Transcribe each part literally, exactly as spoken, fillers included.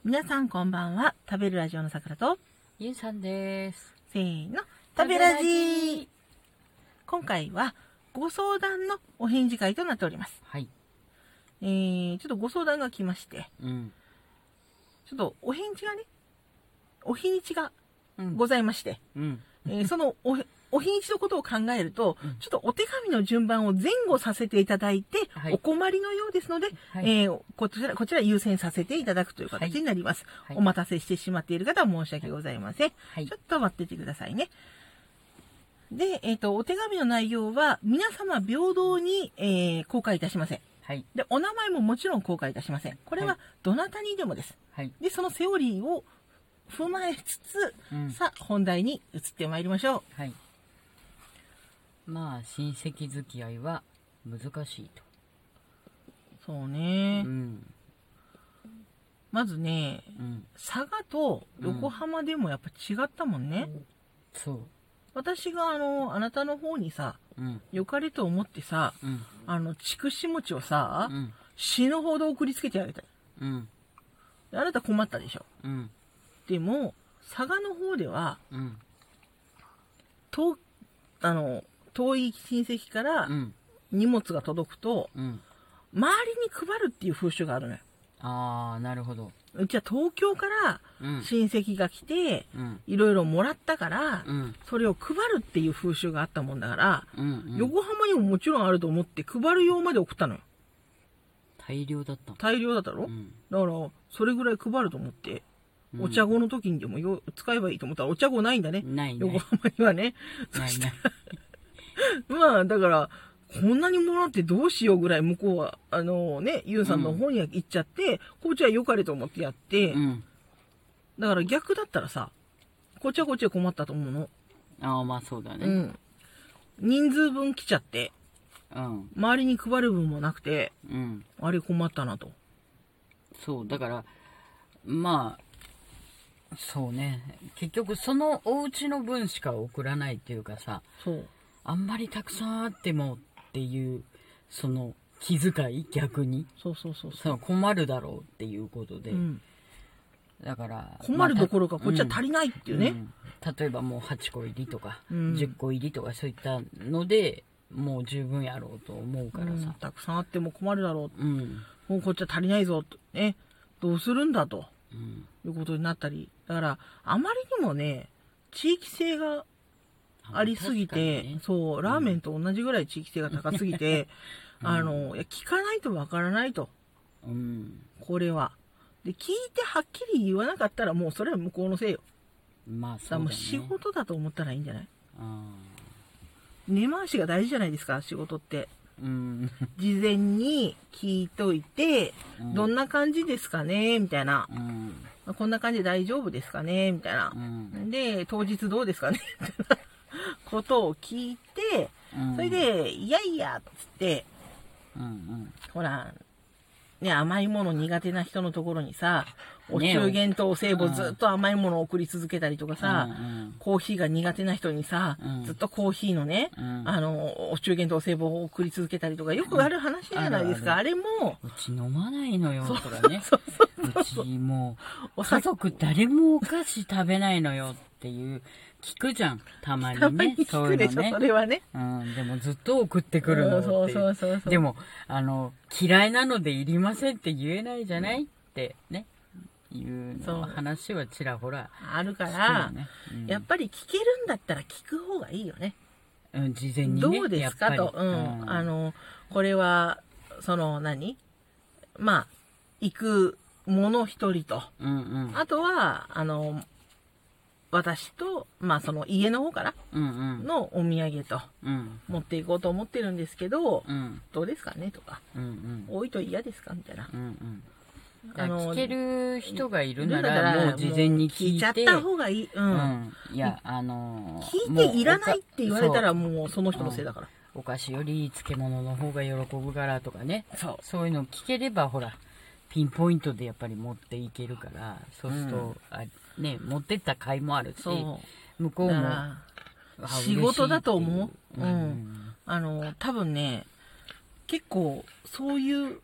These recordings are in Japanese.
皆さんこんばんは。食べるラジオのさくらとゆうさんです。 せーの、食べラジ。今回はご相談のお返事会となっております。 はい。 えー、ちょっとご相談が来まして、 うん。 ちょっとお返事がね、お日にちがうん。 ございまして、 うん。 えーそのおお日にちのことを考えると、 うんちょっとお手紙の順番を前後させていただいて、 はいお困りのようですので、 はいえーこちら、こちら優先させていただくという形になります。 はいお待たせしてしまっている方は申し訳ございません。 はいちょっと待っててくださいね。で、えっ、と、お手紙の内容は皆様平等に、えー公開いたしません。 はい。 で、お名前ももちろん公開いたしません。これははいどなたにでもです。 はい。 で、そのセオリーを踏まえつつ、 うん。 さあ、本題に移ってまいりましょう。 はい。まあ、親戚付き合いは難しいと。 そううね。 ん。 まずね、 うん。 佐賀と横浜でもやっぱ違ったもんね。 そう。 私があの、あなたの方にさ、 うん。 良かれと思ってさ、 うん。 あの、筑紫餅をさ、 うん。 死ぬほど送りつけてあげた。 うん。 であなた困ったでしょ。 うん。 でも、佐賀の方では、 うん。 遠、あの、遠い親戚からうん。 荷物が届くと、 うん。 周りに配るっていう風習があるのよ。 ああ、なるほど。 うちは東京からうん。 親戚が来て、 うん。 いろいろもらったから、 うん。 それを配るっていう風習があったもんだから、 うん。うん。 横浜にももちろんあると思って配る用まで送ったのよ。 大量だったの。 大量だったろ、 うん。 だから、それぐらい配ると思って、 うんお茶子の時にでもよ使えばいいと思ったら、お茶子ないんだね。 ないね。 横浜にはね。 ないね。 まあ、だから、こんなにもらってどうしようぐらい向こうは、あのね、ゆうさんの方に行っちゃって、こっちは良かれと思ってやって、 うん。 だから逆だったらさ、こっちはこっちで困ったと思うの。 ああ、まあそうだね。 うん。人数分来ちゃって、 うん。 周りに配る分もなくて、 うん。 あれ困ったなと。 そう、だから、まあ、そうね。結局、そのお家の分しか送らないっていうかさ、 そう。 あんまりたくさんあってもっていう、その気遣い逆に、 そうそうそうその困るだろうっていうことで。 う。ん。 だから、 困るどころか、 まあこっちは足りないっていうね。 うん例えばもうはちこ入りとか、 うんじゅっこ入りとかそういったので、もう十分やろうと思うからうんさ。 たくさんあっても困るだろう。 うん。 もうこっちは足りないぞと。ね。どうするんだと。 うん。 いうことになったり。だから、あまりにもね、地域性がありすぎて、 確かにねそう、ラーメンと同じぐらい地域性が高すぎて、 うんあの、いや、聞かないとわからないと。 うん。 これは。で、聞いてはっきり言わなかったら、もうそれは向こうのせいよ。 まあだからもうそうだね。 仕事だと思ったらいいんじゃない？ あ根回しが大事じゃないですか、仕事って。 ーうん。 事前に聞いといて、 うんどんな感じですかねみたいな。 うん。 こんな感じで大丈夫ですかねみたいなう。ん。 で、当日どうですかねみたいなことを聞いて、 うんそれ、で、いやいや、つって、 うんうん。 ほら、ね、甘いもの苦手な人のところにさ、おね中元とお歳暮ずっと甘いものを送り続けたりとかさ、 うんコーヒーが苦手な人にさ、 うんずっとコーヒーのね、 うんあの、お中元とお歳暮を送り続けたりとか、よくある話じゃないですか。 ああれも、 うち飲まないのよ、 そうとかね。 そうそううちもう、家お酒族誰もお菓子食べないのよっていう、聞くじゃん。たまにたまにね。そう聞くでしょ、 いうのねそ。れはね。 うん、でもずっと送ってくるのっていそうそうそうそう。 でも、あの、嫌いなのでいりませんって言えないじゃないってね。いうそうの話はちらほらあるか聞くらよ、ね。うんやっぱり聞けるんだったら聞く方がいいよね。 うん、事前にね。 どうですかと。 やっぱりうん。あ、の、これは、その何、まあ、行く者一人と、 うんうん。 あとは、あの、私と、まあその家の方からうんうん。 のお土産とうん。 持っていこうと思ってるんですけど、 うん。 どうですかねとか、 うんうん。 多いと嫌ですかみたいな。 うんうん。 あの聞ける人がいるなだからら、もう事前に聞いて。 聞いちゃった方がいい。うん。 うん。いや、あのー、 聞いていらないって言われたらもうもうその人のせいだから。 お菓子より漬物の方が喜ぶからとかね。 そう。 そういうの聞ければ、ほら、ピンポイントでやっぱり持っていけるから、そうすると、 うんあね、持ってった甲斐もあるし、 そう。 向こうも、 だからあ仕事だと思う。 嬉しいっていううん。あの、多分ね、結構、そういう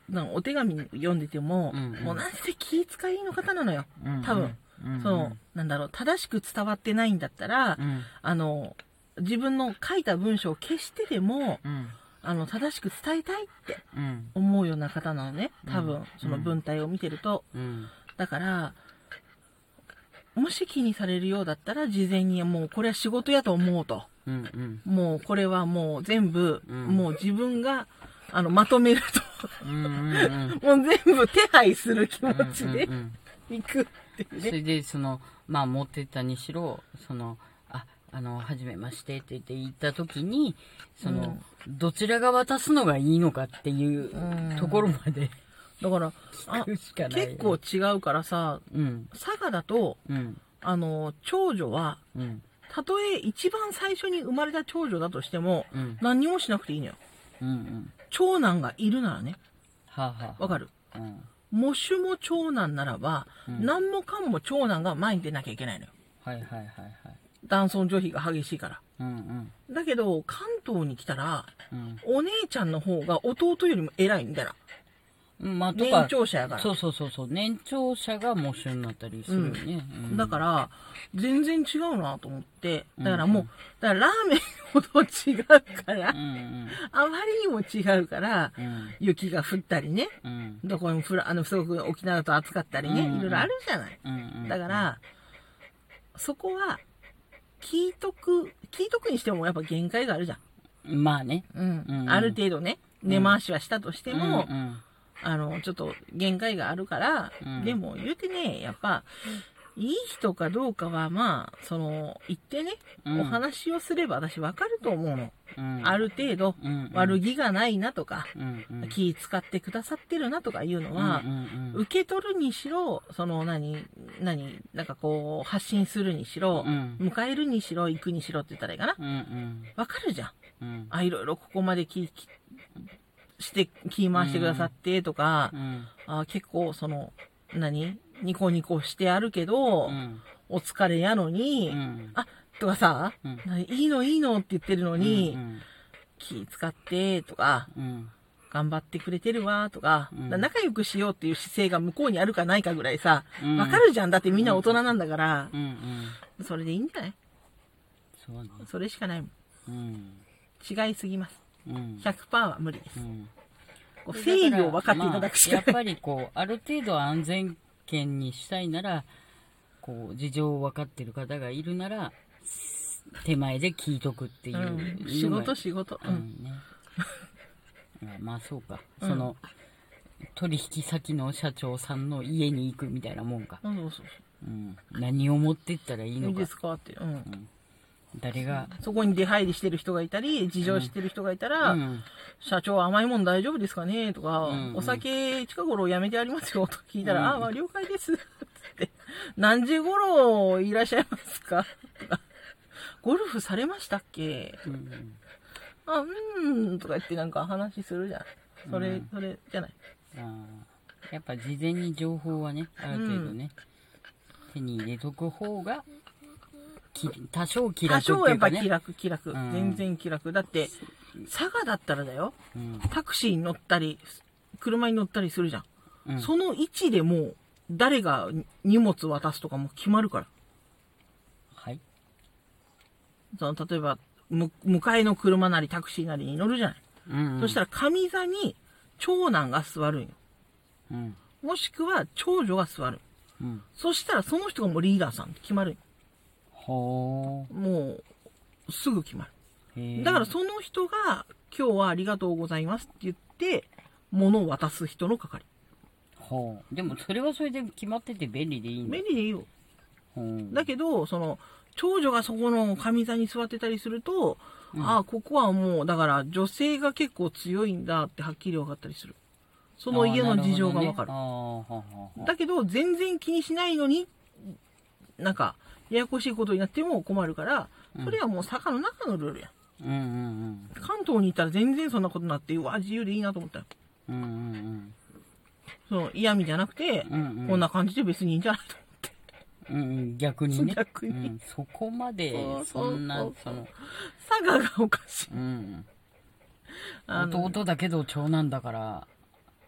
なんかお手紙読んでても、 うんうんもうなんせ気遣いの方なのよ。 うんうん多分。 うんうんその、なんだろう、正しく伝わってないんだったら、 うんあの、自分の書いた文章を消してでも、 うんあの、正しく伝えたいってうん思うような方なのね。多分、 うんその文体を見てると。 うんだから、もし気にされるようだったら、事前にもうこれは仕事やと思うと。 うんうんもうこれはもう全部、 うんもう自分が、あの、まとめるうんうんと。もう全部手配する気持ちでうんうん行くっていうね。 それでそのまあ持ってったにしろそのああの初めましてって言って言った時にその、どちらが渡すのがいいのかっていううんところまでだから、あ聞くしかない結構違うからさ、 うん佐賀だと、 うんあの、長女は、 うんたとえ一番最初に生まれた長女だとしても、 うん何にもしなくていいのよ。 うんうん長男がいるならね。 はあ、はあ、 わかる？ うんもしも長男ならば、 うん何もかんも長男が前に出なきゃいけないのよ。 はいはいはいはい男尊女卑が激しいから。 うんうんだけど、関東に来たら、 うんお姉ちゃんの方が弟よりも偉いんだよ。 うんまあとか年長者やから。 そうそうそうそう年長者が喪主になったりするよね、うんだから、全然違うなと思って。だからうんもう、だからラーメンほど違うから、 うんうんあまりにも違うから、 うん雪が降ったりね。 うんどこにもふら、あの、すごく沖縄だと暑かったりね。 うんいろいろあるじゃない。 うんうんだから、そこは、聞いとく、聞いとくにしてもやっぱ限界があるじゃん。 まあねうん。 うんある程度ね、根回しはしたとしても、 うんうんあの、ちょっと限界があるから、 うんでも言うてね、やっぱ、いい人かどうかは、まあ、その、言ってね、 うんお話をすれば私わかると思うの。 うんある程度、 うんうん悪気がないなとか、 うんうん気使ってくださってるなとかいうのは、 うんうんうん受け取るにしろ、その何、何、なんかこう、発信するにしろ、 うん迎えるにしろ、行くにしろって言ったらいいかな。 うんうんわかるじゃん。 うんあ、いろいろここまで気、気して、気回してくださってとか、 うんあ結構その、何ニコニコしてあるけど、 うんお疲れやのに、 うんあ、とかさ、 うん何いいのいいのって言ってるのに、 うん気使ってとか、 うん頑張ってくれてるわとか、 うんだ仲良くしようっていう姿勢が向こうにあるかないかぐらいさ、 うんわかるじゃん。だってみんな大人なんだから、 うんうんそれでいいんじゃないそうねそれしかないもん。 うん違いすぎます。 うんひゃくパーセントは無理です。 うんこう正義を分かっていただくしかない。 まあやっぱりこうある程度安全圏にしたいならこう事情を分かってる方がいるなら手前で聞いとくっていうのが、 うん、仕事仕事。う。 うんんねまあそうか、 うんその取引先の社長さんの家に行くみたいなもんか、 そうそうそう。 うん、何を持ってったらいいいいのかですかって。うん。 誰が、 そこに出入りしてる人がいたり、事情してる人がいたら、 うん社長甘いもん大丈夫ですかねとか、 うんうんお酒近頃やめてありますよとか聞いたら、 うんああ、まあ了解です。つって、何時頃いらっしゃいますかとか、ゴルフされましたっけうんあ、うーん、とか言ってなんか話するじゃない。それ、 うんそれじゃない。 あーやっぱ事前に情報はねある程度ね、手に入れとく方がき多少気楽って多少いうかねやっぱ気楽、気楽。 うん全然気楽。だって、佐賀だったらだよ、 うんタクシーに乗ったり、車に乗ったりするじゃん。 うんその位置でもう、誰が荷物渡すとかも決まるから。 はいその、例えば、む、迎えの車なりタクシーなりに乗るじゃない。 うんうんそしたら上座に長男が座るんよ。 うんもしくは長女が座る。 うんそしたらその人がもうリーダーさんって決まるんよ。 ほもう、すぐ決まる。 ーへーだからその人が、今日はありがとうございますって言って、物を渡す人の係。 ほうでもそれはそれで決まってて便利でいいんだ便利でいいよ。 ほうだけど、その、長女がそこの上座に座ってたりすると、 うんああ、ここはもう、だから女性が結構強いんだってはっきり分かったりする。その家の事情が分かる。 あーなるほどねあーはははだけど、全然気にしないのに、なんか、ややこしいことになっても困るから、それはもう坂の中のルールや。 うんうん関東に行ったら全然そんなことになって、うわ、自由でいいなと思ったよ。 うんうんうんその嫌味じゃなくて、 うんうんこんな感じで別にいいんじゃないとうんうん逆にね逆にうん、そこまでそうそそうそうんなその佐賀がおかしい。 うんあの弟だけど長男だから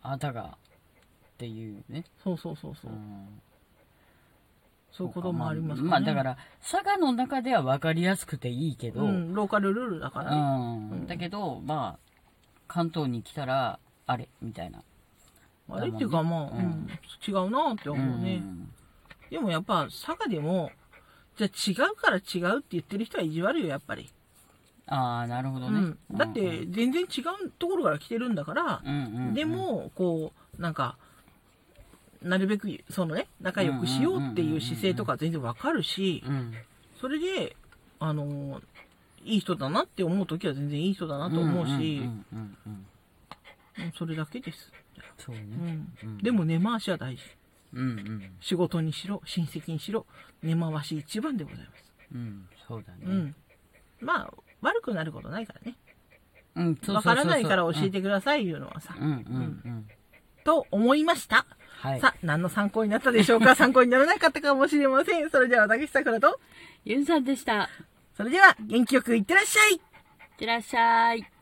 あなたがっていうね。 そうそうそうそう。 うん、 そういうこともありますからね。 まあ、まあ、だから、佐賀の中では分かりやすくていいけど、 うん、ローカルルールだからね。 うん。うん、だけど、まあ、関東に来たら、あれみたいな。 あれっていうか、まあ、うん、うん、違うなって思うね。うん、でもやっぱ、佐賀でも、じゃあ違うから違うって言ってる人は意地悪よ、やっぱり。 ああ、なるほどね。 うん、だって、全然違うところから来てるんだから、 うんうんうん、 でも、こう、なんか、なるべく、そのね、仲良くしようっていう姿勢とか全然わかるし、 うん、 それで、あの、いい人だなって思うときは全然いい人だなと思うし、それだけです。 そうね。 うん、でも根回しは大事。 うんうん、 仕事にしろ、親戚にしろ、根回し一番でございます。 うん、そうだね。 うん。まあ、悪くなることないからね。 うん、 わからないから教えてくださいいうのはさ。 うんうんうん。 と思いました。 はい。 さあ、何の参考になったでしょうか。参考にならなかったかもしれません。それでは私さくらとゆんさんでした。 それでは元気よくいってらっしゃい。いってらっしゃい。